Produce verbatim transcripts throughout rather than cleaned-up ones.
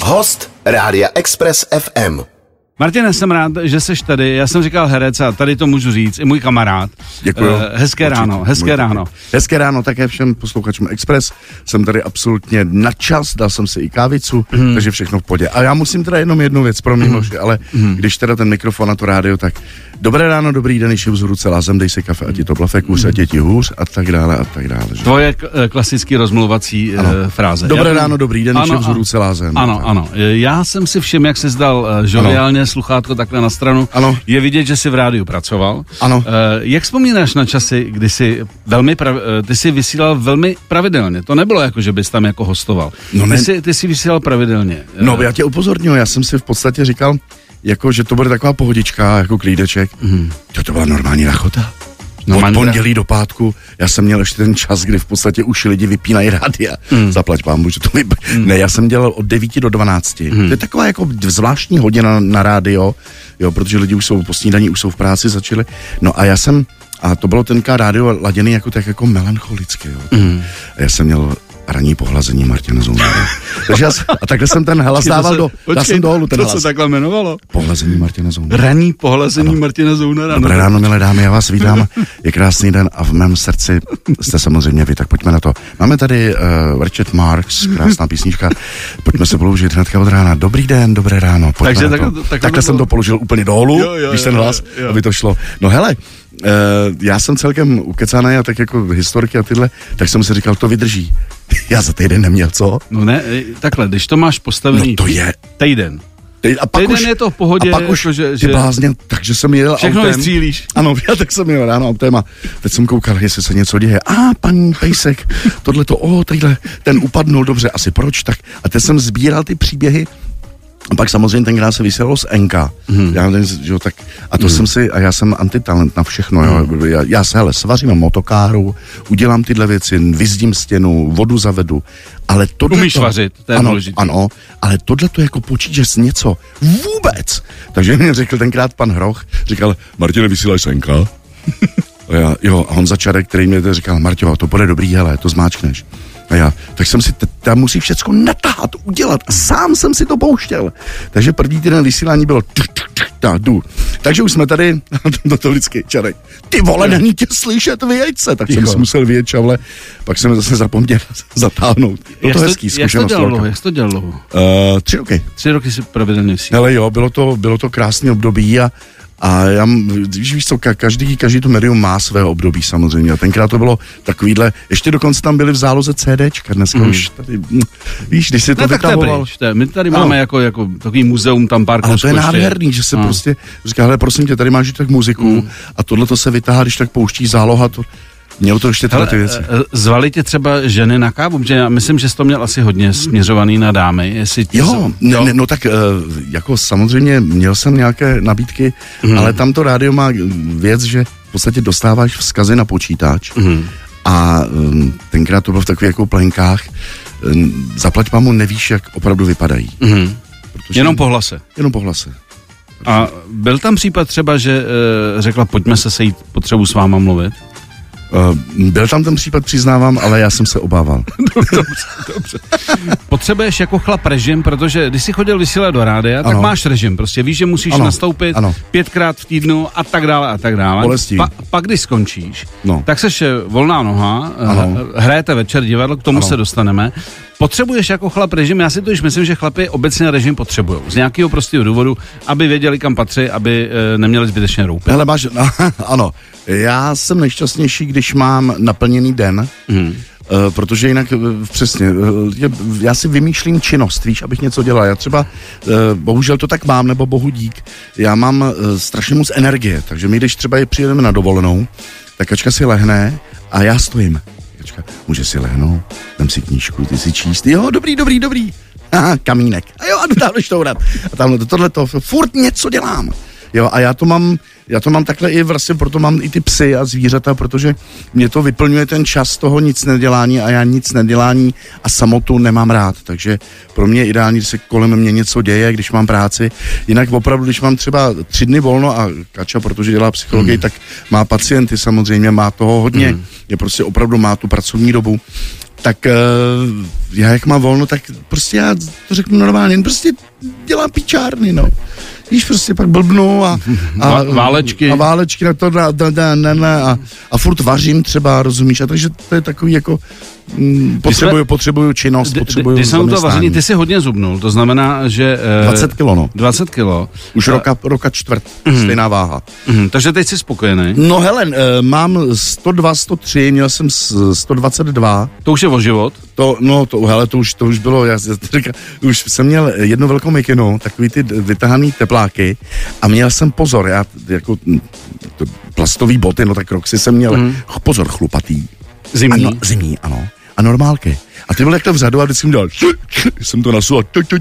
Host Rádia Express F M. Martine, jsem rád, že seš tady. Já jsem říkal herec a tady to můžu říct. I můj kamarád. Děkuju. Uh, hezké Určitě. ráno, hezké můj ráno. Taky. Hezké ráno také všem posluchačům Express. Jsem tady absolutně na čas, dal jsem si i kávicu, mm. takže všechno v podě. A já musím teda jenom jednu věc pro mě, mm. ale mm. když teda ten mikrofon na to rádio, tak dobré ráno, dobrý den, ještě vzhůru celá zem, dej si kafe, a ti to plafe kůř, a tě ti hůř, a tak dále, a tak dále. Že? Tvoje k- klasický rozmluvací ano. uh, fráze. Dobré já ráno, dobrý den, ještě vzhůru celá zem. Ano, tak. ano. Já jsem si všiml, jak jsi zdal uh, žoviálně ano. sluchátko takhle na stranu. Ano. Je vidět, že jsi v rádiu pracoval. Ano. Uh, jak vzpomínáš na časy, kdy jsi velmi prav... ty jsi vysílal velmi pravidelně? To nebylo jako, že bys tam jako hostoval. No ne... ty, jsi, ty jsi vysílal pravidelně. No, já tě upozorňuji, já jsem si v podstatě říkal, jako, že to bude taková pohodička, jako klídeček. Mm. To, to byla normální rachota. No, od pondělí do pátku, já jsem měl ještě ten čas, kdy v podstatě už lidi vypínají rádia. Mm. Zaplať pánbu, že to vyp... mm. Ne, já jsem dělal od devíti do dvanácti. Mm. To je taková jako zvláštní hodina na rádio, jo, protože lidi už jsou po snídaní, už jsou v práci, začali. No a já jsem, a to bylo tenká rádio laděný jako tak jako melancholicky, jo. Mm. A já jsem měl ranní pohlazení Martina Zounara. Takže já, a takhle jsem ten hlas dával do, dal jsem dolů ten to hlas. To se takhle jmenovalo? Pohlazení Martina Zounara. Ranní pohlazení ano. Martina Zounara. Dobré ráno, milé dámy, já vás vítám. Je krásný den a v mém srdci jste samozřejmě vy, tak pojďme na to. Máme tady uh, Richard Marx, krásná písnička. Pojďme se položit hnedka od rána. Dobrý den, dobré ráno. Pojďme Takže na to. Tak, tak, takhle jsem to položil úplně dolů, jo, jo, když ten hlas, jo, jo. aby to šlo. No hele, Uh, já jsem celkem ukecaný a tak jako historiky a tyhle, tak jsem si říkal, to vydrží. Já za týden neměl, co? No ne, takhle, když to máš postavený no to je. týden. Teď, a pak týden už, je to v pohodě. A pak už jako, že, že blázně, takže jsem jel všechno autem. Všechno vystřílíš. Ano, já tak jsem jel ráno autem a teď jsem koukal, jestli se něco děje. A ah, paní Pejsek, tohleto, o, oh, tadyhle, ten upadnul, dobře, asi proč, tak. A teď jsem sbíral ty příběhy. A pak samozřejmě tenkrát se vysílalo z N K. Hmm. Já, že, tak, a to hmm. jsem si, a já jsem antitalent na všechno. Hmm. Jo. Já, já se hele, svařím motokáru, udělám tyhle věci, vyzdím stěnu, vodu zavedu. Ale tohle umíš vařit, to je ano, důležité. Ano, ale tohle to jako počítač něco vůbec. Takže mi řekl tenkrát pan Hroch, říkal, Martine, vysíláš z N K? A já, jo, a Honza Čarek, který mi říkal, Marťo, to bude dobrý, hele, to zmáčkneš. A já, tak jsem si, t- tam musí všecko natáhat, udělat a sám jsem si to pouštěl. Takže první týden vysílání bylo t- t- t- ta, jdu. Takže už jsme tady, to to vždycky Čarek, ty vole, není tě slyšet, vyjeď se. Tak Ticho. jsem si musel vyjet, čavle, pak jsem zase zapomněl zatáhnout. No to hezký zkušenost. Jak jsi to dělal dlouho? Uh, tři roky. Tři roky si pravidelně vysílal. Hele jo, bylo to, bylo to krásné období a A já, víš, víš co, každý, každý to médium má své období samozřejmě. A tenkrát to bylo takovýhle, ještě dokonce tam byly v záloze CDčka, dneska mm. už tady, víš, když si to no, vytahoval. Tak my tady máme jako, jako takový muzeum, tam pár ale to je nádherný, že se no. prostě říká, hele, prosím tě, tady máš tak muziku mm. a tohle to se vytáhá, když tak pouští záloha, to... Mělo to ještě tyhle ty věci. Zvali tě třeba ženy na kávu? Protože já myslím, že jsi to měl asi hodně směřovaný na dámy. Jestli jo, jsou, ne, ne, no tak jako samozřejmě měl jsem nějaké nabídky, mm. ale tam to rádio má věc, že v podstatě dostáváš vzkazy na počítač mm. a tenkrát to bylo v takových jako plenkách. Zaplať mamu, nevíš, jak opravdu vypadají. Mm. Jenom po hlase. Jenom po hlase. A byl tam případ třeba, že e, řekla, pojďme se sejít, potřebuji s váma mluvit? Uh, byl tam ten případ, přiznávám, ale já jsem se obával. Dobře, dobře. Potřebuješ jako chlap režim, protože když jsi chodil vysílat do rádia, tak ano. máš režim. Prostě víš, že musíš ano. nastoupit ano. pětkrát v týdnu a tak dále a tak dále. Pa, pak když skončíš, no. tak seš volná noha, ano. hrajete večer divadlo, k tomu ano. se dostaneme. Potřebuješ jako chlap režim? Já si to už myslím, že chlapi obecně režim potřebují. Z nějakého prostého důvodu, aby věděli, kam patří, aby e, neměli zbytečně roupy. Hele, máš, no, ano. Já jsem nejšťastnější, když mám naplněný den, mm. Uh, protože jinak uh, přesně, uh, já si vymýšlím činnost, víš, abych něco dělal. Já třeba, uh, bohužel to tak mám, nebo bohu dík, já mám uh, strašně moc energie, takže my, když třeba je přijedeme na dovolenou, tak Kačka si lehne a já stojím. Kačka, může si lehnout, dám si knížku, ty si číst, jo, dobrý, dobrý, dobrý. Aha, kamínek. A jo, a jdu dávno štourat. A tamhle to, tohleto, furt něco dělám. Jo, a já to mám, já to mám takhle i vlastně, proto mám i ty psy a zvířata, protože mě to vyplňuje ten čas toho nic nedělání a já nic nedělání a samotu nemám rád, takže pro mě je ideální, když se kolem mě něco děje, když mám práci, jinak opravdu, když mám třeba tři dny volno a Kača, protože dělá psychologii, mm. tak má pacienty samozřejmě, má toho hodně, mm. je prostě opravdu má tu pracovní dobu, tak uh, já jak mám volno, tak prostě já to řeknu normálně, prostě dělám pičárny, no. Víš, prostě pak blbnu a, a válečky a válečky na to na, na, na, na, a, a furt vařím třeba, rozumíš, a takže to je takový jako mm, potřebuju, jsme, potřebuju činnost, d, potřebuju Když jsem to vaření, ty jsi hodně zubnul, to znamená, že dvacet kilo, no. dvacet kilo. Už a, roka, roka čtvrt, mm, stejná váha. Mm, takže teď jsi spokojený? No hele, mám sto dva, sto tři, měl jsem sto dvacet dva. To už je o život? To, no, to, hele, to už, to už bylo, já říkám, už jsem měl jednu velkou mikinu, takový ty vytahaný tepláky a měl jsem pozor, já jako to, plastový boty, no tak Roxy jsem měl, mm. pozor, chlupatý. Zimní? Ano, zimní, ano. A normálky. A ty byl takhle vzadu a vždycky jsem dělal, jsem to nasul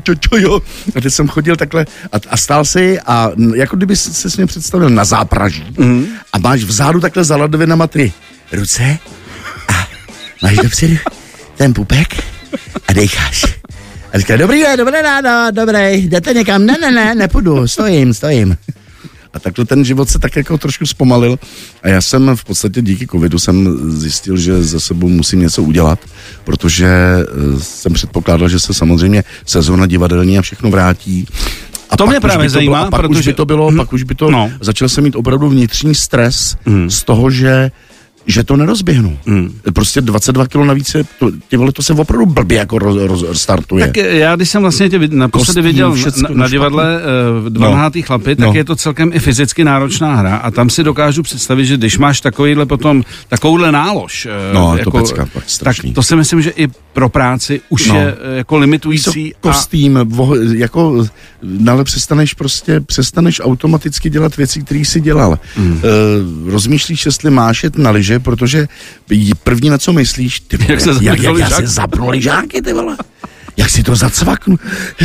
a teď jsem chodil takhle a, a stál si a jako kdyby se s mě představil na zápraží mm. a máš vzadu takhle za ledvinama ty ruce a máš dopředu ten pupek a dejcháš. A říká, dobrý den, dobré ráno, dobré, jdete někam? Ne, ne, ne, nepůjdu, stojím, stojím. A takhle ten život se tak jako trošku zpomalil a já jsem v podstatě díky covidu jsem zjistil, že za sebou musím něco udělat, protože jsem předpokládal, že se samozřejmě sezóna divadelní a všechno vrátí. A to mě právě zajímá, bylo, a pak protože... už by to bylo, hmm. pak už by to, no. začal jsem mít opravdu vnitřní stres hmm. z toho, že že to nerozběhnu. Hmm. Prostě dvacet dva kilo navíc, je, to, tě vole, to se opravdu blbě jako roz, roz, startuje. Tak já, když jsem vlastně tě naposledy viděl na, na divadle uh, Dva no. nahátý chlapy, tak no. je to celkem i fyzicky náročná hra a tam si dokážu představit, že když máš takovýhle potom, takovouhle nálož, uh, no, jako, to pecka, tak, tak to si myslím, že i pro práci už no. je jako limitující. Kostým, a... vo, jako, ale přestaneš prostě, přestaneš automaticky dělat věci, které jsi dělal. Hmm. Uh, rozmýšlíš, jestli máš jet na lyže, protože první na co myslíš, ty vole, jak se jak, jak já si zapnu lyžáky, ty vole. Jak si to zacvaknu.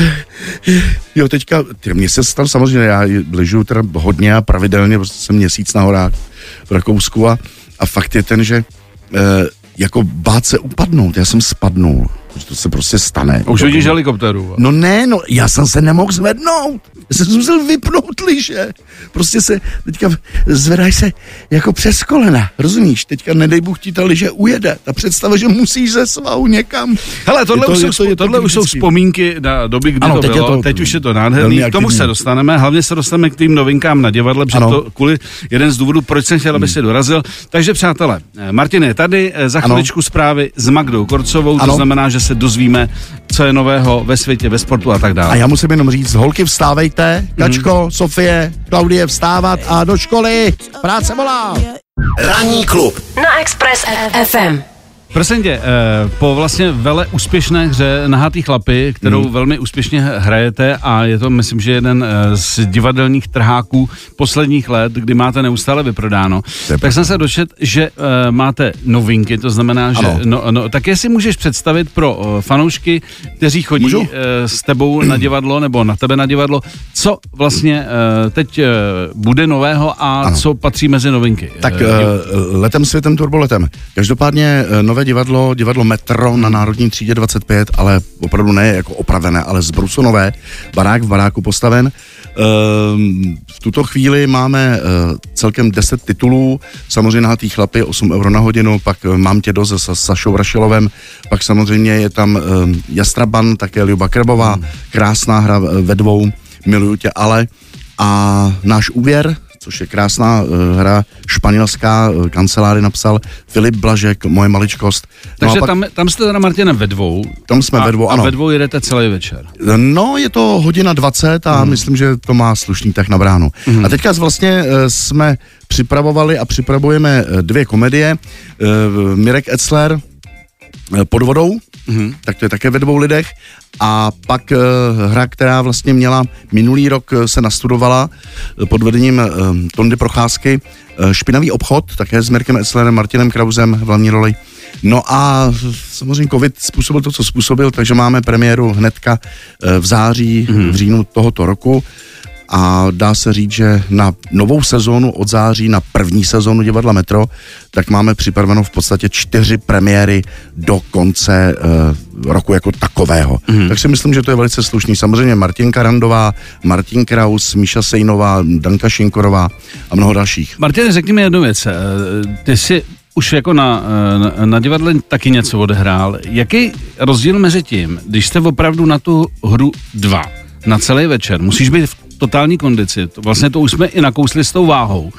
Jo, teďka, mně se stalo samozřejmě, já lyžuju teda hodně a pravidelně, prostě jsem měsíc na horách v Rakousku a, a fakt je ten, že eh, jako bát se upadnout, já jsem spadnul, že to se prostě stane. Už vidíš helikoptéru. No ne, no, já jsem se nemohl zvednout. Já jsem musel vypnout lyže. Prostě se, teďka zvedáš se jako přes kolena, rozumíš? Teďka nedej Bůh ti ta lyže ujede. Ta představa, že musíš ze svahu někam. Hele, tohle, to, už, jsou, to, tohle už jsou vzpomínky na doby, kdy ano, to teď bylo. To, teď už je to nádherný. K tomu se dostaneme. Hlavně se dostaneme k tým novinkám na divadle, protože to kvůli jeden z důvodů, proč jsem chtěl, aby hmm. si dorazil. Takže přátelé, Martin je tady, za chviličku zprávy s Magdou Korcovou, ano. To znamená, že se dozvíme, co je nového ve světě, ve sportu a tak dále. A já musím jenom říct, holky vstávejte, Kačko, mm. Sofie, Klaudie vstávat a do školy, práce volá. Ranní klub na Express F M. Prosím tě, po vlastně vele úspěšné hře Nahatý chlapy, kterou hmm. velmi úspěšně hrajete a je to, myslím, že jeden z divadelních trháků posledních let, kdy máte neustále vyprodáno, tak jsem se dočet, že máte novinky, to znamená, že no, no, tak jestli můžeš představit pro fanoušky, kteří chodí Můžu? s tebou na divadlo nebo na tebe na divadlo, co vlastně teď bude nového a ano. co patří mezi novinky. Tak letem světem turboletem. Každopádně nové divadlo, divadlo Metro na Národní třídě dvacet pět, ale opravdu ne jako opravené, ale zbrusunové, barák v baráku postaven. V tuto chvíli máme celkem deset titulů, samozřejmě Nahatý chlapy, osm euro na hodinu, pak Mám tě dost se Sašou Rašilovem, pak samozřejmě je tam Jastraban, také Ljuba Krebová, krásná hra ve dvou, Miluju tě ale, a Náš úvěr, což je krásná uh, hra, španělská, uh, kanceláři napsal Filip Blažek, Moje maličkost. Takže no pak, tam, tam jste teda, Martine, ve dvou. Tam jsme a, ve dvou, ano. A ve dvou jedete celý večer. No, je to hodina dvacet a mm. myslím, že to má slušný tak na bránu. Mm. A teďka vlastně uh, jsme připravovali a připravujeme uh, dvě komedie. Uh, Mirek Etzler, uh, Pod vodou, mm. tak to je také ve dvou lidech. A pak uh, hra, která vlastně měla minulý rok uh, se nastudovala uh, pod vedením uh, Tondy Procházky, uh, Špinavý obchod, také s Mirkem Etzlerem, Martinem Krausem v hlavní roli. No a samozřejmě covid způsobil to, co způsobil, takže máme premiéru hnedka uh, v září, mm. v říjnu tohoto roku. A dá se říct, že na novou sezónu od září, na první sezónu divadla Metro, tak máme připraveno v podstatě čtyři premiéry do konce uh, roku jako takového. Mm. Tak si myslím, že to je velice slušný. Samozřejmě Martinka Randová, Martin Kraus, Míša Sejnová, Danka Šinkorová a mnoho dalších. Martin, řekni mi jednu věc. Ty jsi už jako na, na, na divadle taky něco odehrál. Jaký rozdíl mezi tím, když jste opravdu na tu hru dva, na celý večer, musíš být v totální kondici, to, vlastně to už jsme i nakousli s tou váhou.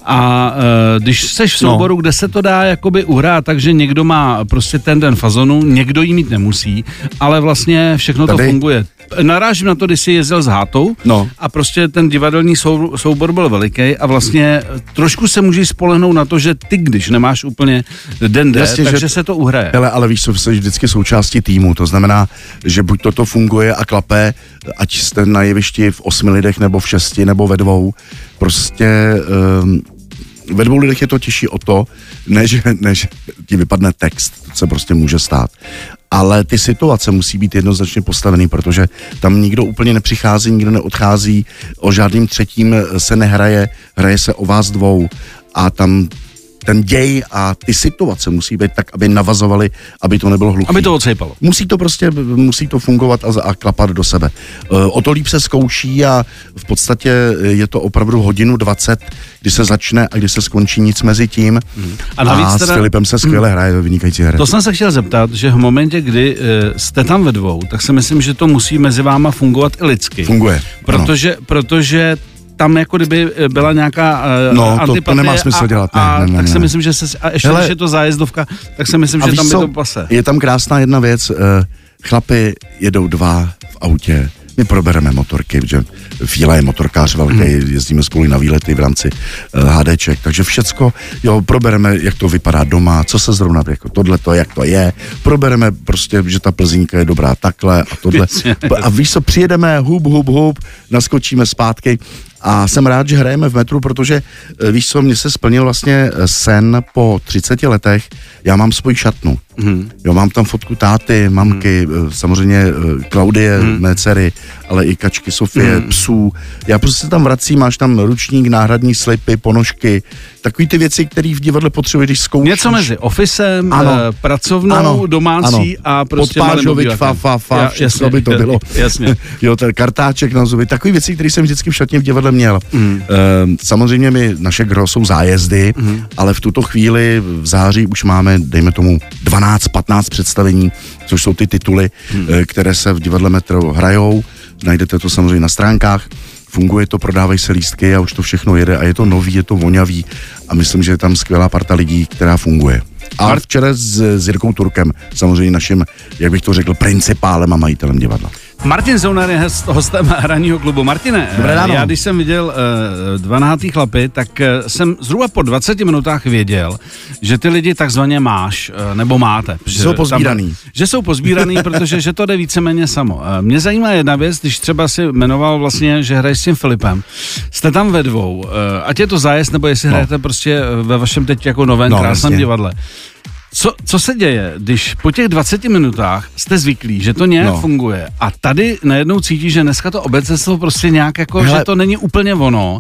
A e, když seš v souboru, no. kde se to dá jakoby uhrát, takže někdo má prostě ten den fazonu, někdo jí mít nemusí, ale vlastně všechno Tady. to funguje. Narážím na to, když jsi jezdil s Hátou no. a prostě ten divadelní sou, soubor byl veliký a vlastně trošku se můžeš spolehnout na to, že ty, když nemáš úplně den D, Jasně, takže že, se to uhraje. Hele, ale víš co, jsi vždycky součástí týmu, to znamená, že buď toto funguje a klape, ať jste na jevišti v osmi lidech, nebo v šesti, nebo ve dvou, prostě um, ve dvou lidech je to těžší o to, než, než ti vypadne text, to se prostě může stát. Ale ty situace musí být jednoznačně postavený, protože tam nikdo úplně nepřichází, nikdo neodchází, o žádným třetím se nehraje, hraje se o vás dvou a tam ten děj a ty situace musí být tak, aby navazovaly, aby to nebylo hluchý. Aby to odsejpalo. Musí to prostě, musí to fungovat a, a klapat do sebe. O to líp se zkouší a v podstatě je to opravdu hodinu dvacet, kdy se začne a kdy se skončí, nic mezi tím. Hmm. A, a teda, s Filipem se skvěle hraje, to vynikající hra. To jsem se chtěl zeptat, že v momentě, kdy e, jste tam ve dvou, tak si myslím, že to musí mezi váma fungovat i lidsky. Funguje. Protože, protože tam jako kdyby byla nějaká uh, no, antipatie. To, to nemá smysl a, dělat. Ne, a ne, ne, tak ne. si myslím, že se, a ještě Hele, když je to zájezdovka, tak si myslím, že tam co, je to pase. Je tam krásná jedna věc, uh, chlapi jedou dva v autě, my probereme motorky, protože Fíla je motorkář velký, hmm. jezdíme spolu na výlety v rámci uh, HDček, takže všecko, jo, probereme, jak to vypadá doma, co se zrovna, jako tohleto, jak to je, probereme prostě, že ta Plzínka je dobrá takhle a tohle. A víš co, přijedeme, hub, hub, hub, naskočíme zpátky. A jsem rád, že hrajeme v metru, protože víš co, mně se splnil vlastně sen po třiceti letech, já mám svoji šatnu. Mm. Jo, mám tam fotku táty, mamky, mm. samozřejmě Klaudie, mm. mé dcery, ale i kačky Sofie, mm. psů. Já prostě se tam vracím, máš tam ručník, náhradní slipy, ponožky, takový ty věci, které v divadle potřebuješ, když zkoušíš. Něco mezi ofisem, ano. Eh, pracovnou, ano. domácí ano. a prostě Podpážovič, fa, fa, fa, ja, všechno jasně, by to bylo. Jasně. Jo, ten kartáček na zuby, takový věci, které jsem vždycky v šatně v divadle měl. Mm. E, samozřejmě my, naše gro jsou zájezdy, mm. ale v tuto chvíli v září už máme, dejme tomu, dvanáct patnáct představení, což jsou ty tituly, mm. e, které se v divadle Metro hrajou. Najdete to samozřejmě na stránkách. Funguje to, prodávají se lístky a už to všechno jede a je to nový, je to vonavý a myslím, že je tam skvělá parta lidí, která funguje. A včera s, s Jirkou Turkem, samozřejmě naším, jak bych to řekl, principálem a majitelem divadla. Martin Zounar je hostem hraního klubu. Martine, já když jsem viděl uh, dvanáctý chlapy, tak uh, jsem zhruba po dvaceti minutách věděl, že ty lidi takzvaně máš, uh, nebo máte. Že jsou pozbíraný. Tam, že jsou pozbíraný, protože že to jde víceméně samo. Uh, mě zajímá jedna věc, když třeba si jmenoval vlastně, že hraješ s tím Filipem. Jste tam ve dvou, uh, ať je to zájezd, nebo jestli no. hrajete prostě ve vašem teď jako novém no, krásném vlastně. divadle. Co, co se děje, když po těch dvaceti minutách jste zvyklí, že to nějak no. funguje a tady najednou cítí, že dneska to obecenstvo prostě nějak jako, Hele. že to není úplně ono.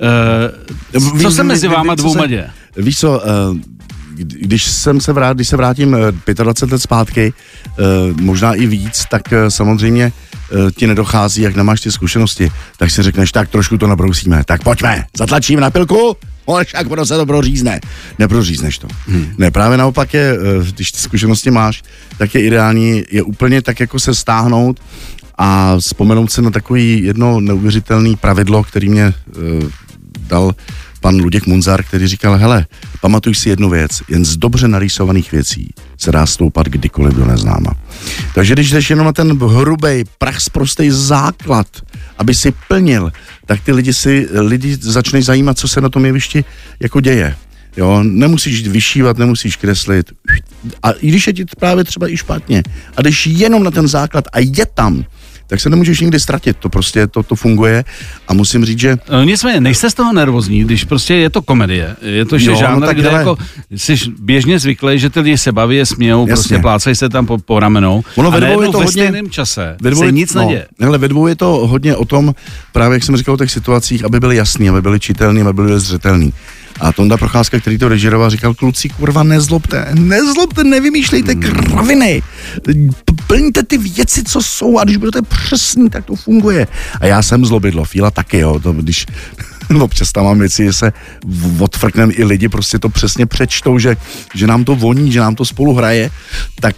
Uh, co ví, se mezi ví, váma ví, dvouma děje? Víš co, uh, když jsem se vrát, když se vrátím dvacet pět let zpátky, uh, možná i víc, tak uh, samozřejmě uh, ti nedochází, jak nemáš ty zkušenosti, tak si řekneš, tak trošku to nabrousíme, tak pojďme, zatlačíme na pilku, ale však ono se to prořízne. Neprořízneš to. Hmm. Ne, právě naopak je, když ty zkušenosti máš, tak je ideální, je úplně tak jako se stáhnout a vzpomenout se na takový jedno neuvěřitelné pravidlo, který mě uh, dal pan Luděk Munzar, který říkal, hele, pamatuj si jednu věc, jen z dobře narýsovaných věcí se dá stoupat kdykoliv do neznáma. Takže když jdeš jenom na ten hrubej, prachsprostej základ, aby si plnil, tak ty lidi si, lidi začneš zajímat, co se na tom jevišti jako děje. Jo, nemusíš vyšívat, nemusíš kreslit. A i když je ti právě třeba i špatně, a když jenom na ten základ a je tam, tak se nemůžeš nikdy ztratit, to prostě to, to funguje a musím říct, že... No, nicméně, nejste z toho nervózní, když prostě je to komedie, je to ještě žánr, no, kde hele. jako jsi běžně zvyklý, že ty lidi se baví, je smějou, Jasně. prostě plácají se tam po, po ramenou ono a najednou ve stejném čase ve dvou, se nic no, neděje. Hele, ve dvou je to hodně o tom, právě jak jsem říkal o těch situacích, aby byly jasný, aby byly čitelný, aby byly zřetelný. A Tonda Procházka, který to režíroval, říkal, kluci, kurva, nezlobte, nezlobte, nevymýšlejte kraviny, plňte ty věci, co jsou a když budete přesný, tak to funguje. A já jsem zlobidlo, Fíla taky, jo, to, když občas tam mám věci, že se odfrknem i lidi prostě to přesně přečtou, že, že nám to voní, že nám to spolu hraje, tak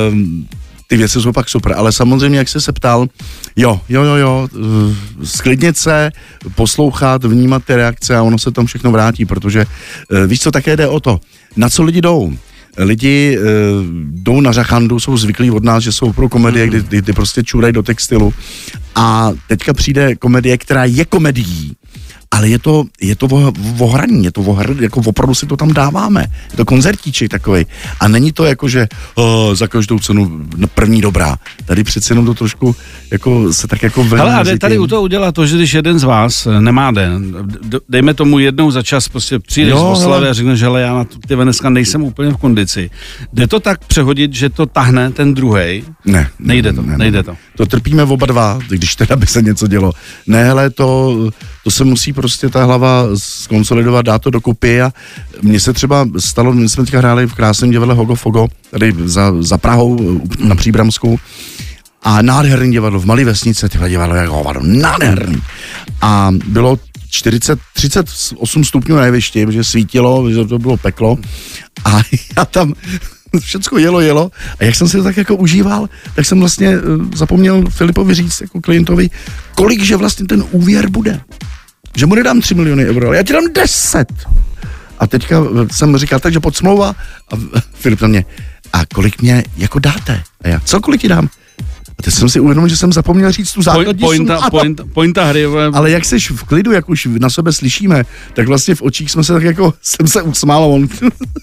ty věci jsou pak super, ale samozřejmě, jak jsi se ptal, jo, jo, jo, jo, sklidnit se, poslouchat, vnímat ty reakce a ono se tam všechno vrátí, protože víš, co také jde o to, na co lidi jdou. Lidi uh, jdou na řachandu, jsou zvyklí od nás, že jsou pro komedie, kdy, kdy, kdy prostě čůrají do textilu a teďka přijde komedie, která je komedií, ale je to, je to ohraní, je to ohr, jako opravdu si to tam dáváme. Je to koncertíček takovej. A není to jako, že oh, za každou cenu první dobrá. Tady přece jenom to trošku jako se tak jako... Ale a jde tady u toho udělat to, že když jeden z vás nemá den, dejme tomu jednou za čas, prostě přijdeš z oslavy a řekneš, že já na ty dneska nejsem úplně v kondici. Jde to tak přehodit, že to tahne ten druhej? Ne. Nejde to, ne, nejde to. To trpíme oba dva, když teda by se něco dělo. Ne, hele, to, to se musí prostě ta hlava skonsolidovat, dát to dokupy a mně se třeba stalo, my jsme teďka hráli v krásném divadle Hogo Fogo, tady za, za Prahou na Příbramsku a nádherný divadlo v malé vesnice, tyhle divadlo jako hovado, nádherný. A bylo čtyřicet, třicet osm stupňů na jevišti, protože svítilo, že to bylo peklo a já tam všecko jelo, jelo a jak jsem si to tak jako užíval, tak jsem vlastně zapomněl Filipovi říct jako klientovi, kolik že vlastně ten úvěr bude. Že mu nedám tři miliony euro, ale já ti dám deset. A teďka jsem říkal, takže pod smlouva a Filip na mě, a kolik mě jako dáte? A já, co kolik ti dám? A teď jsem si uvědomil, že jsem zapomněl říct tu základní pointa, sumu. Pointa, pointa hry. Ale jak seš v klidu, jak už na sebe slyšíme, tak vlastně v očích jsme se tak jako, jsem se usmál a on...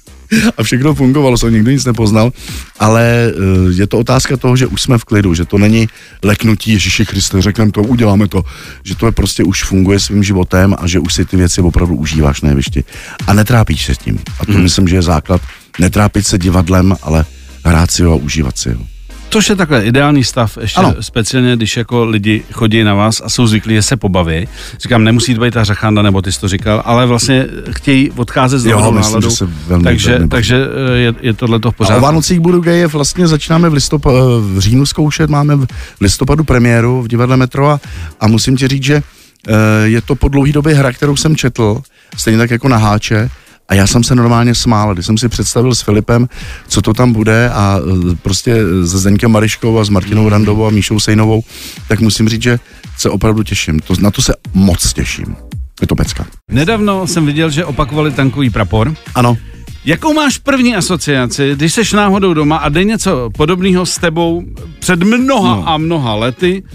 A všechno fungovalo, jsem nikdo nic nepoznal, ale uh, je to otázka toho, že už jsme v klidu, že to není leknutí Ježíši Kriste, řekneme to, uděláme to, že to je prostě už funguje svým životem a že už si ty věci opravdu užíváš na jevišti a netrápíš se tím. A to hmm. myslím, že je základ, netrápit se divadlem, ale hrát si ho a užívat si ho. Což je takhle ideální stav, ještě ano. Speciálně, když jako lidi chodí na vás a jsou zvyklí, že se pobaví. Říkám, nemusí to být ta řachanda, nebo ty jsi to říkal, ale vlastně chtějí odcházet z dobrou náladu. Takže, takže je, je tohleto v pořádku. A o Vánocích budu geje vlastně začínáme v, listop, v říjnu zkoušet, máme v listopadu premiéru v divadle Metro a, a musím ti říct, že je to po dlouhý době hra, kterou jsem četl, stejně tak jako na Háče. A já jsem se normálně smál, když jsem si představil s Filipem, co to tam bude a prostě se Zdeňkem Mariškou a s Martinou Randovou a Míšou Sejnovou, tak musím říct, že se opravdu těším. To, na to se moc těším. Je to pecka. Nedávno jsem viděl, že opakovali Tankový prapor. Ano. Jakou máš první asociaci, když seš náhodou doma a jde něco podobného s tebou před mnoha no. a mnoha lety,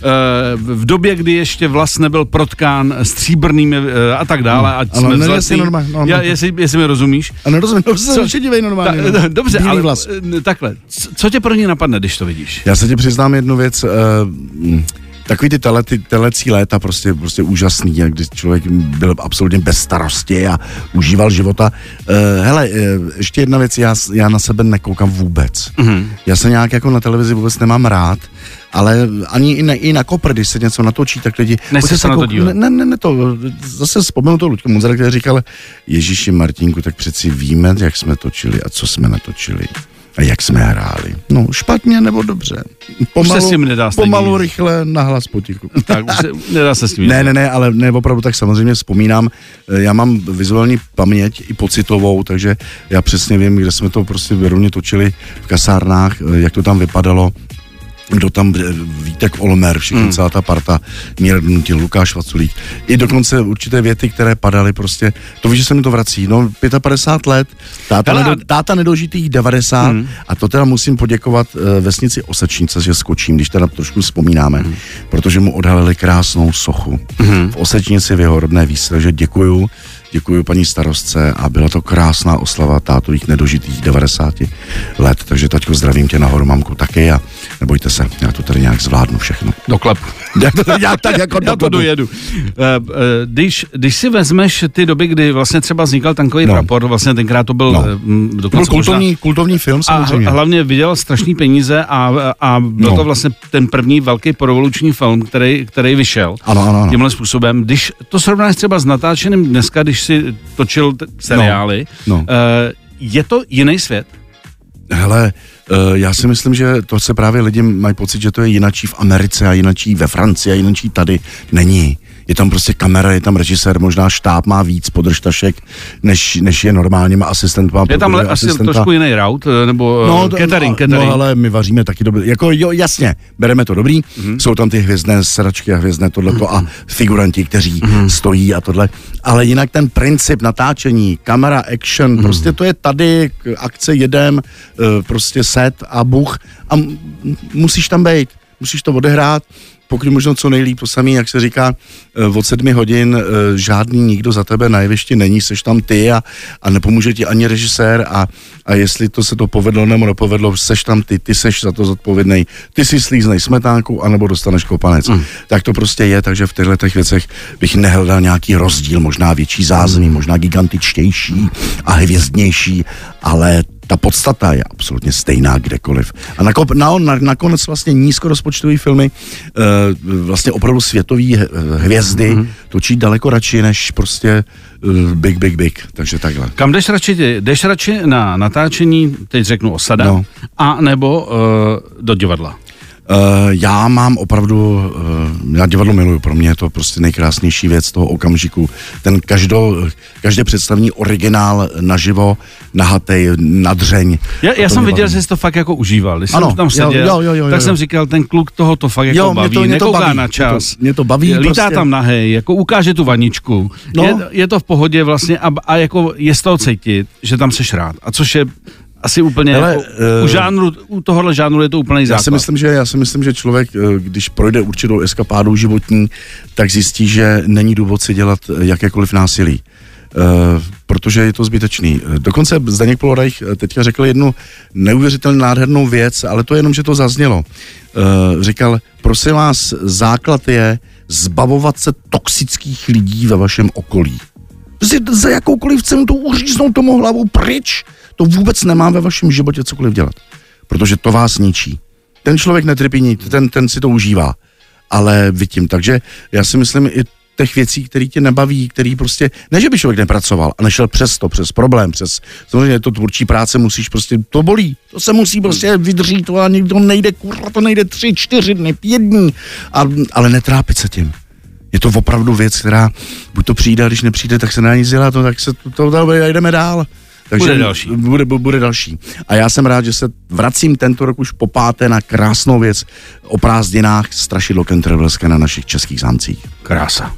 v době, kdy ještě vlast nebyl protkán stříbrnými a tak dále, ať no, jsme vzletný. No, no, Já, jestli, jestli mi rozumíš. A nerozumím, to se ještě dívej normálně. Ta, no. Dobře, Bílý ale vlas. Takhle, co tě první napadne, když to vidíš? Já se ti přiznám jednu věc, uh, takový ty, tele, ty telecí léta prostě, prostě úžasný, kdy člověk byl absolutně bez starosti a užíval života. Uh, hele, uh, ještě jedna věc, já, já na sebe nekoukám vůbec. Mm-hmm. Já se nějak jako na televizi vůbec nemám rád, ale ani i na, i na kopr, když se něco natočí, tak lidi... Nechci se na to dívat. Ne, ne, ne, to, zase vzpomenu to Luďka Munzara, který říkal, Ježíši Martínku, tak přeci víme, jak jsme točili a co jsme natočili. A jak jsme hráli. No, špatně nebo dobře. Pomalu, pomalu rychle, nahlas potichu. Tak, už se, nedá se s tím. Ne, ne, ne, ale ne, opravdu tak samozřejmě vzpomínám. Já mám vizuální paměť i pocitovou, takže já přesně vím, kde jsme to prostě věrovně točili v kasárnách, jak to tam vypadalo. Kdo tam, Vítek Olmer, všichni, hmm. celá ta parta, Míra Donutil, Lukáš Vaculík. I dokonce určité věty, které padaly prostě, to víš, že se mi to vrací, no padesát pět let, táta, Hele, nedo, táta nedožitých devadesát hmm. a to teda musím poděkovat uh, vesnici Osečnice, že skočím, když teda trošku vzpomínáme, hmm. protože mu odhalili krásnou sochu hmm. v Osečnici v jeho rodné výsle, že děkuju, děkuju paní starostce a byla to krásná oslava tátových nedožitých devadesáti let, takže taťko zdravím tě nahoru, mamku taky a nebojte se, já to tady nějak zvládnu všechno. Doklep. Já to tady nějak tak jako já to dojedu. Když, když si vezmeš ty doby, kdy vlastně třeba vznikal Tankový no. prapor, vlastně tenkrát to byl... No. To byl kultovní, možná, kultovní film samozřejmě. A hlavně vydělal strašný peníze a, a byl no. to vlastně ten první velký porevoluční film, který, který vyšel. Ano, ano, ano. Tímhle způsobem. Když to srovnáš třeba s natáčeným dneska, když si točil t- seriály, no. No. Uh, je to jiný svět? Hele, uh, já si myslím, že to se právě lidi mají pocit, že to je jinačí v Americe a jinačí ve Francii a jinačí tady. Není. Je tam prostě kamera, je tam režisér, možná štáb má víc podržtašek, než, než je normálně, má asistent. Má je tam le, asi trošku jiný route, nebo no, catering, no, catering. No, ale my vaříme taky dobrý. Jako jo, jasně, bereme to dobrý. Mm-hmm. Jsou tam ty hvězdné sedačky a hvězdné tohleto mm-hmm. a figuranti, kteří mm-hmm. stojí a tohle. Ale jinak ten princip natáčení, kamera, action, mm-hmm. prostě to je tady, akce jedem, prostě set a buch a musíš tam být, musíš to odehrát, pokud možno co nejlíp, to samý, jak se říká, od sedmi hodin žádný nikdo za tebe na jevišti není, seš tam ty a, a nepomůže ti ani režisér a, a jestli to se to povedlo nebo nepovedlo, seš tam ty, ty seš za to zodpovědnej, ty si slíznej smetánku anebo dostaneš kopanec. Mm. Tak to prostě je, takže v těchto těch věcech bych nehledal nějaký rozdíl, možná větší zázemí, možná gigantičtější a hvězdnější, ale ta podstata je absolutně stejná kdekoliv. A nakonec na, na, nakonec vlastně nízkorozpočtové filmy, e, vlastně opravdu světový hvězdy, mm-hmm. točí daleko radši, než prostě e, big, big, big. Takže takhle. Kam jdeš radši? Jdeš radši na natáčení, teď řeknu osada, no. a nebo e, do divadla? Uh, já mám opravdu, uh, já divadlo miluju, pro mě je to prostě nejkrásnější věc toho okamžiku. Ten každo, každé představní originál naživo, nahatej, nadřeň. Já, já jsem viděl, že jsi to fakt jako užíval. Když ano, jsem tam seděl, jo, jo, jo, jo, tak jo. jsem říkal, ten kluk toho to fakt jako jo, baví, mě to, mě nekouká to baví, na čas. Mě to, mě to baví lítá prostě. tam nahej, jako ukáže tu vaničku. No. Je, je to v pohodě vlastně a, a jako je z toho cítit, že tam seš rád. A což je asi úplně, hele, jako, uh, u, žánru, u tohohle žánru je to úplný základ. Já si myslím, že, já si myslím, že člověk, když projde určitou eskapádou životní, tak zjistí, že není důvod si dělat jakékoliv násilí. Uh, protože je to zbytečný. Dokonce Zdeněk Polorajch teďka řekl jednu neuvěřitelně nádhernou věc, ale to je jenom, že to zaznělo. Uh, říkal, prosím vás, základ je zbavovat se toxických lidí ve vašem okolí. Za jakoukoliv cenu to uříznout tomu hlavou pryč, to vůbec nemá ve vašem životě cokoliv dělat. Protože to vás ničí. Ten člověk netrpí, ten, ten si to užívá. Ale vy tím. Takže já si myslím i těch věcí, které tě nebaví, který prostě, ne, že by člověk nepracoval a nešel přes to, přes problém, přes, samozřejmě to tvůrčí práce musíš prostě, to bolí, to se musí prostě vydržít, to a někdo nejde, kurva, to nejde tři, čtyři dny, pět dní, a, ale netrápit se tím. Je to opravdu věc, která buď to přijde, a když nepřijde, tak se nedá nic dělat, no, tak se to, to, to jdeme dál. Takže bude další. Bude, bude další. A já jsem rád, že se vracím tento rok už po páté na krásnou věc o prázdninách strašidlo Canterburyské na našich českých zámcích. Krása.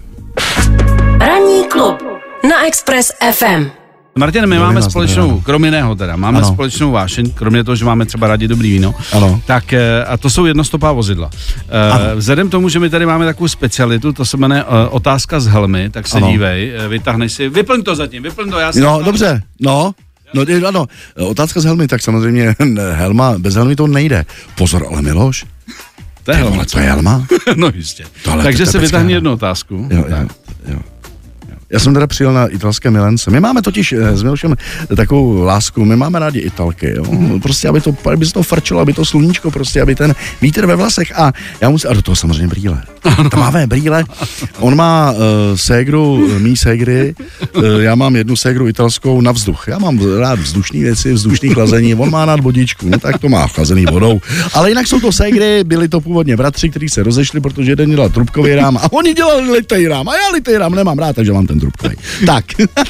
Ranní klub na Express ef em. Martin, my máme společnou, kromě jiného teda, máme ano. společnou vášeň, kromě toho, že máme třeba rádi dobrý víno, ano. tak a to jsou jednostopá vozidla. Ano. Vzhledem tomu, že my tady máme takovou specialitu, to se jmenuje uh, otázka z helmy, tak se ano. dívej, vytáhnej si, vyplň to zatím, vyplň to, já si... No, tam... dobře, no. No, ano, otázka z helmy, tak samozřejmě helma, bez helmy to nejde. Pozor, ale Miloš, to je helma. To je helma? No jistě. Tohle takže se vytáhni jednu otázku. Jo, jo, jo. Já jsem teda přijel na italské Milence. My máme totiž s Milošem takovou lásku, my máme rádi Italky, jo. Prostě, aby to, aby se to frčilo, aby to sluníčko, prostě, aby ten vítr ve vlasech a já musím, a do toho samozřejmě brýle. Tmavé brýle. On má uh, ségru, mý ségry, uh, já mám jednu ségru italskou na vzduch. Já mám rád vzdušný věci, vzdušný chlazení, on má rád vodičku, no tak to má chlazený vodou. Ale jinak jsou to ségry, byli to původně bratři, kteří se rozešli, protože jeden dělal trubkový rám a oni dělali litej rám a já litej rám nemám rád, takže mám ten trubkový. Tak.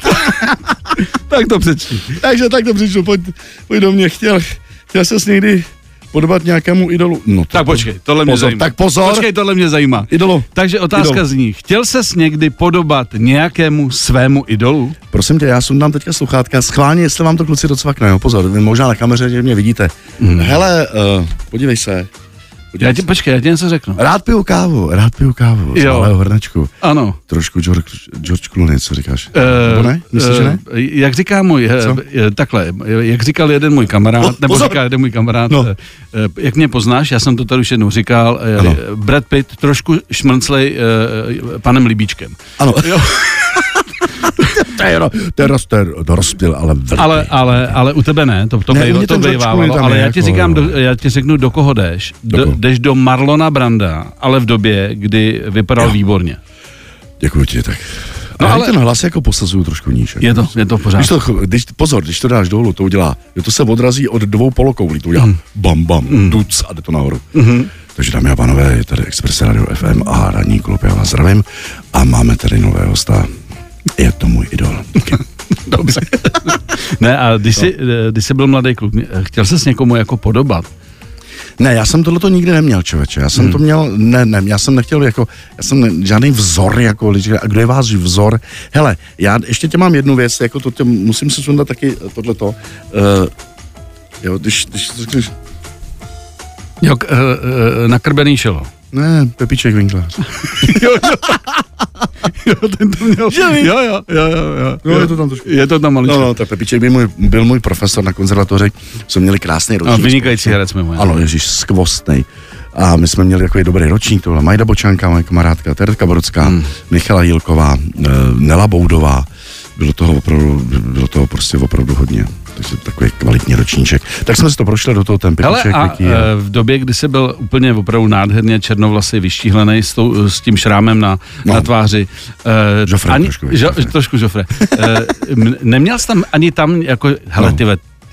Tak to přečti. Takže tak to přečtu, pojď, pojď do mě, chtěl, chtěl ses někdy podobat nějakému idolu. No, tak počkej, tohle mě pozor, zajímá. Tak pozor. Počkej, tohle mě zajímá. Idolu. Takže otázka idolu. zní, chtěl ses někdy podobat nějakému svému idolu? Prosím tě, já sundám teďka sluchátka, schválně, jestli vám to kluci docvakne, jo, pozor, vy možná na kameře, že mě vidíte. Hmm. Hele, uh, podívej se. Já ti, počkej, já ti něco řeknu. Rád piju kávu, rád piju kávu, z malého hrnečku. Ano. Trošku George, George Clooney, co říkáš? Uh, Nebo ne? Myslíš, uh, že ne? Jak říká můj, uh, takhle, jak říkal jeden můj kamarád, oh, nebo říká jeden můj kamarád, no. uh, jak mě poznáš, já jsem to tady už jednou říkal, uh, Brad Pitt trošku šmrnclej uh, panem Libíčkem. Ano. Jo. To je, to je, to je, to rozptyl, ale velký. Ale, ale, ale u tebe ne, to, to, ne, bej, to bejvávalo, ale já ti, jako, říkám, do, já ti řeknu, do koho jdeš. Do, do jdeš do Marlona Branda, ale v době, kdy vypadal jo. výborně. Děkuji ti, tak. No ale ten hlas jako posazuju trošku níž. Je to, je to pořád. Když to, když, pozor, když to dáš dolů, to udělá, to se odrazí od dvou polokoulí, to udělá mm. bam, bam, mm. duc a jde to nahoru. Mm-hmm. Takže dámy a pánové, je tady Express Radio F M a Ranní klub, já vás zdravím a máme tady nové hosta. Je to můj idol. Dobře. Ne, a když, no. jsi, když jsi byl mladý kluk, chtěl ses někomu jako podobat? Ne, já jsem tohleto nikdy neměl, člověče. Já jsem hmm. to měl, ne, ne, já jsem nechtěl jako, já jsem ne, žádný vzor, jako lidi, a kdo je váš vzor? Hele, já ještě tě mám jednu věc, jako to tě, musím se sundat taky tohleto. Uh, jo, když, když řekneš... Jo, k, uh, uh, nakrbený šelo. Ne, Pepíček Winklář. jo, jo. Jo, ten to měl. Jo, jo, jo, jo, jo. No, je to tam trošku. Je to tam maličko. No, no, tak Pepíček byl můj, byl můj profesor na konzervatoři, jsme měli krásný ročník. A vynikající herec jsme moje. Ano, ježiš, skvostnej. A my jsme měli takový dobrý ročník, to byla Majda Bočánka, moje kamarádka, Teretka Brodská, hmm. Michala Jílková, Nela Boudová. Bylo toho opravdu, bylo toho prostě opravdu hodně. Takže takový kvalitní ročníček. Tak jsme si to prošli do toho ten Pepíček. Ale a v době, kdy jsi byl úplně opravdu nádherně černovlasý, vyštíhlený s, tou, s tím šrámem na, no. na tváři. Uh, Joffre ani, trošku. Jo, trošku Joffre. uh, neměl jsi tam ani tam jako, hele, no. tyve,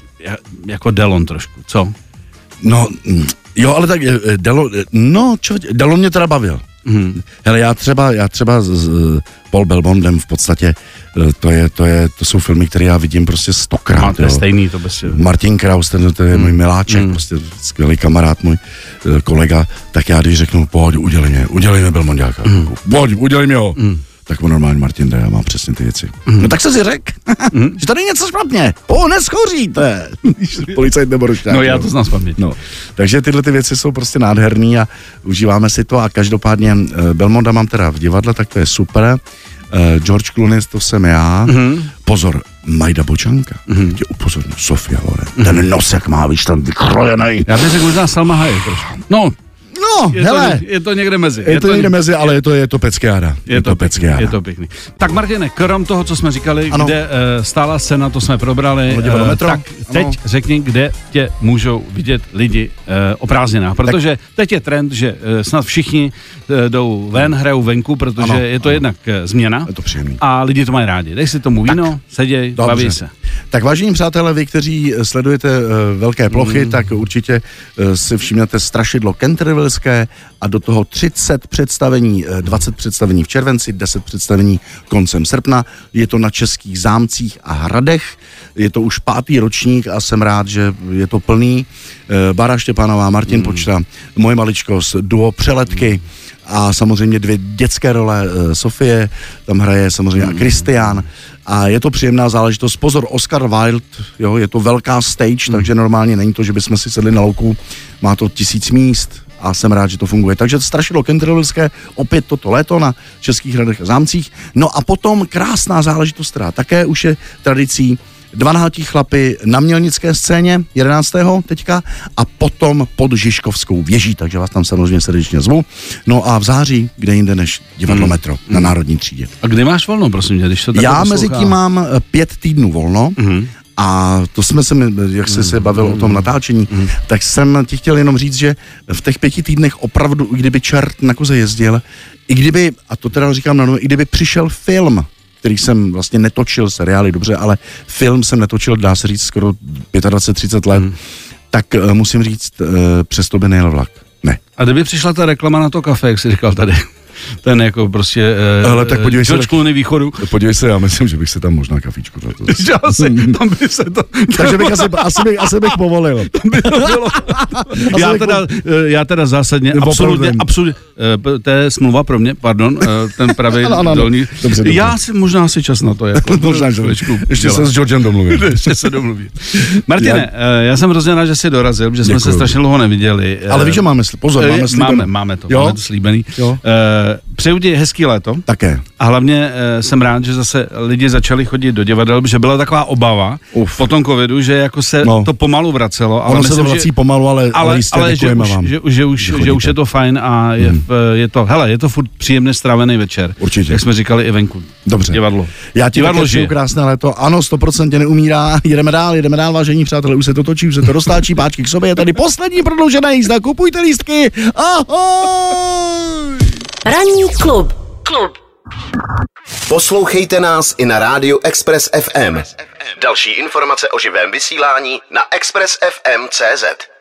jako Delon trošku, co? No, jo, ale tak Delon, no, čo, Delon mě teda bavil. Hmm. Hele, já třeba, já třeba s, s Paul Belmondem v podstatě, to, je, to, je, to jsou filmy, které já vidím prostě stokrát. No, to je stejný, to bez... Martin Kraus, ten, to je hmm. můj miláček, hmm. prostě skvělý kamarád, můj kolega, tak já když řeknu, pojď, udělej mě, udělej mě Belmondáka, hmm. pojď, udělej mě ho. Hmm. Tak on normálně Martin jde, já mám přesně ty věci. Mm. No tak se si řek, mm. že tady je něco špatně. O, neschoříte. Policajt nebo rošťák. No já to znám spaměť. No. Takže tyhle ty věci jsou prostě nádherný a užíváme si to a každopádně uh, Belmonda mám teda v divadle, tak to je super. Uh, George Clooney, to jsem já. Mm. Pozor, Majda Bočánka. Mm. Tě upozorňuji, Sofia Loren. Mm. Ten nos, jak má, víš, ten vykrojený. Já bych řekl možná Salma Hayek trošku. No. No, je hele. To, je to někde mezi. Je, je to někde mezi, ale je to, je to peckiáda. Je, je to peckiáda. Je to pěkný. Tak Martine, krom toho, co jsme říkali, ano. kde uh, stála scéna, to jsme probrali, uh, tak teď ano. řekni, kde tě můžou vidět lidi uh, o prázdninách, protože tak. teď je trend, že uh, snad všichni uh, jdou ven, hrajou venku, protože ano, je to ano. jednak uh, změna. Je to příjemný. A lidi to mají rádi. Dej si tomu víno, tak. seděj, dobře. Baví se. Tak vážení přátelé, vy, kteří sledujete uh, velké plochy, mm. tak určitě uh, si všimnete strašidlo Cantervilleské a do toho třicet představení, dvacet představení v červenci, deset představení koncem srpna. Je to na českých zámcích a hradech. Je to už pátý ročník a jsem rád, že je to plný. Bára Štěpánová, Martin mm. Počta, moje maličkost, duo Přeletky a samozřejmě dvě dětské role, Sofie, tam hraje samozřejmě mm. a Kristián. A je to příjemná záležitost. Pozor, Oscar Wilde, jo, je to velká stage, mm. takže normálně není to, že bychom si sedli na louku. Má to tisíc míst a jsem rád, že to funguje. Takže strašidlo Cantervilleské, opět toto léto na českých hradech a zámcích. No a potom krásná záležitost, která také už je tradicí, dvanáctí chlapy na Mělnické scéně, jedenáctého teďka, a potom pod Žižkovskou věží, takže vás tam samozřejmě srdečně zvu. No a v září, kde jinde než divadlo hmm. Metro na Národní třídě. A kde máš volno, prosím tě, když to Já mezi tím mám pět týdnů volno, hmm. a to jsme se, jak jsi se bavil o tom natáčení, mm. tak jsem ti chtěl jenom říct, že v těch pěti týdnech opravdu, i kdyby čert na koze jezdil, i kdyby, a to teda říkám na nové, i kdyby přišel film, který jsem vlastně netočil, seriály dobře, ale film jsem netočil, dá se říct, skoro dvacet pět třicet let, mm. tak uh, musím říct, uh, přesto by nejel vlak. Ne. A kdyby přišla ta reklama na to kafe, jak jsi říkal tady? Ten jako prostě ale tak podívej George Clooney východu. Podívej se, já myslím, že bych se tam možná kafíčku dal. Asi, tam by se to... Takže bych asi, asi, bych, asi bych povolil. By to bylo. já, teda, já teda zásadně, absolutně, absolutně, to je smlouva pro mě, pardon, ten pravý ano, ano, dolní. Dobře, dobře. Já si možná si čas na to. Jako, možná, že ještě se s Georgem domluvím. ještě se domluvím. Martine, já, já jsem hrozně rád, že jsi dorazil, že jsme Děkuju. se strašně dlouho neviděli. Ale víš, že máme, pozor, máme slíbený. Máme, máme to, jo? máme to slíbený. Jo? Přeju ti hezký léto. Také. A hlavně e, jsem rád, že zase lidi začali chodit do divadel, že byla taková obava Uf. po tom covidu, že jako se no. to pomalu vracelo. Ale ono myslím, se to vrací že, pomalu, ale, ale jistě ale že už, vám. Že, že, už, že už je to fajn a je, hmm. je to, hele, je to furt příjemně strávený večer. Určitě. Jak jsme říkali i venku. Dobře. Divadlo. Já ti divadlo žiju krásné léto. Ano, sto procent neumírá. Jedeme dál, jedeme dál, vážení přátelé. Už se to točí, už se to roztáčí, páčky k sobě. Je tady poslední prodloužená jízda. Kupujte lístky. Ahoj! Ranní klub. Klub. Poslouchejte nás i na rádiu Express F M. Další informace o živém vysílání na express f m tečka cé zet.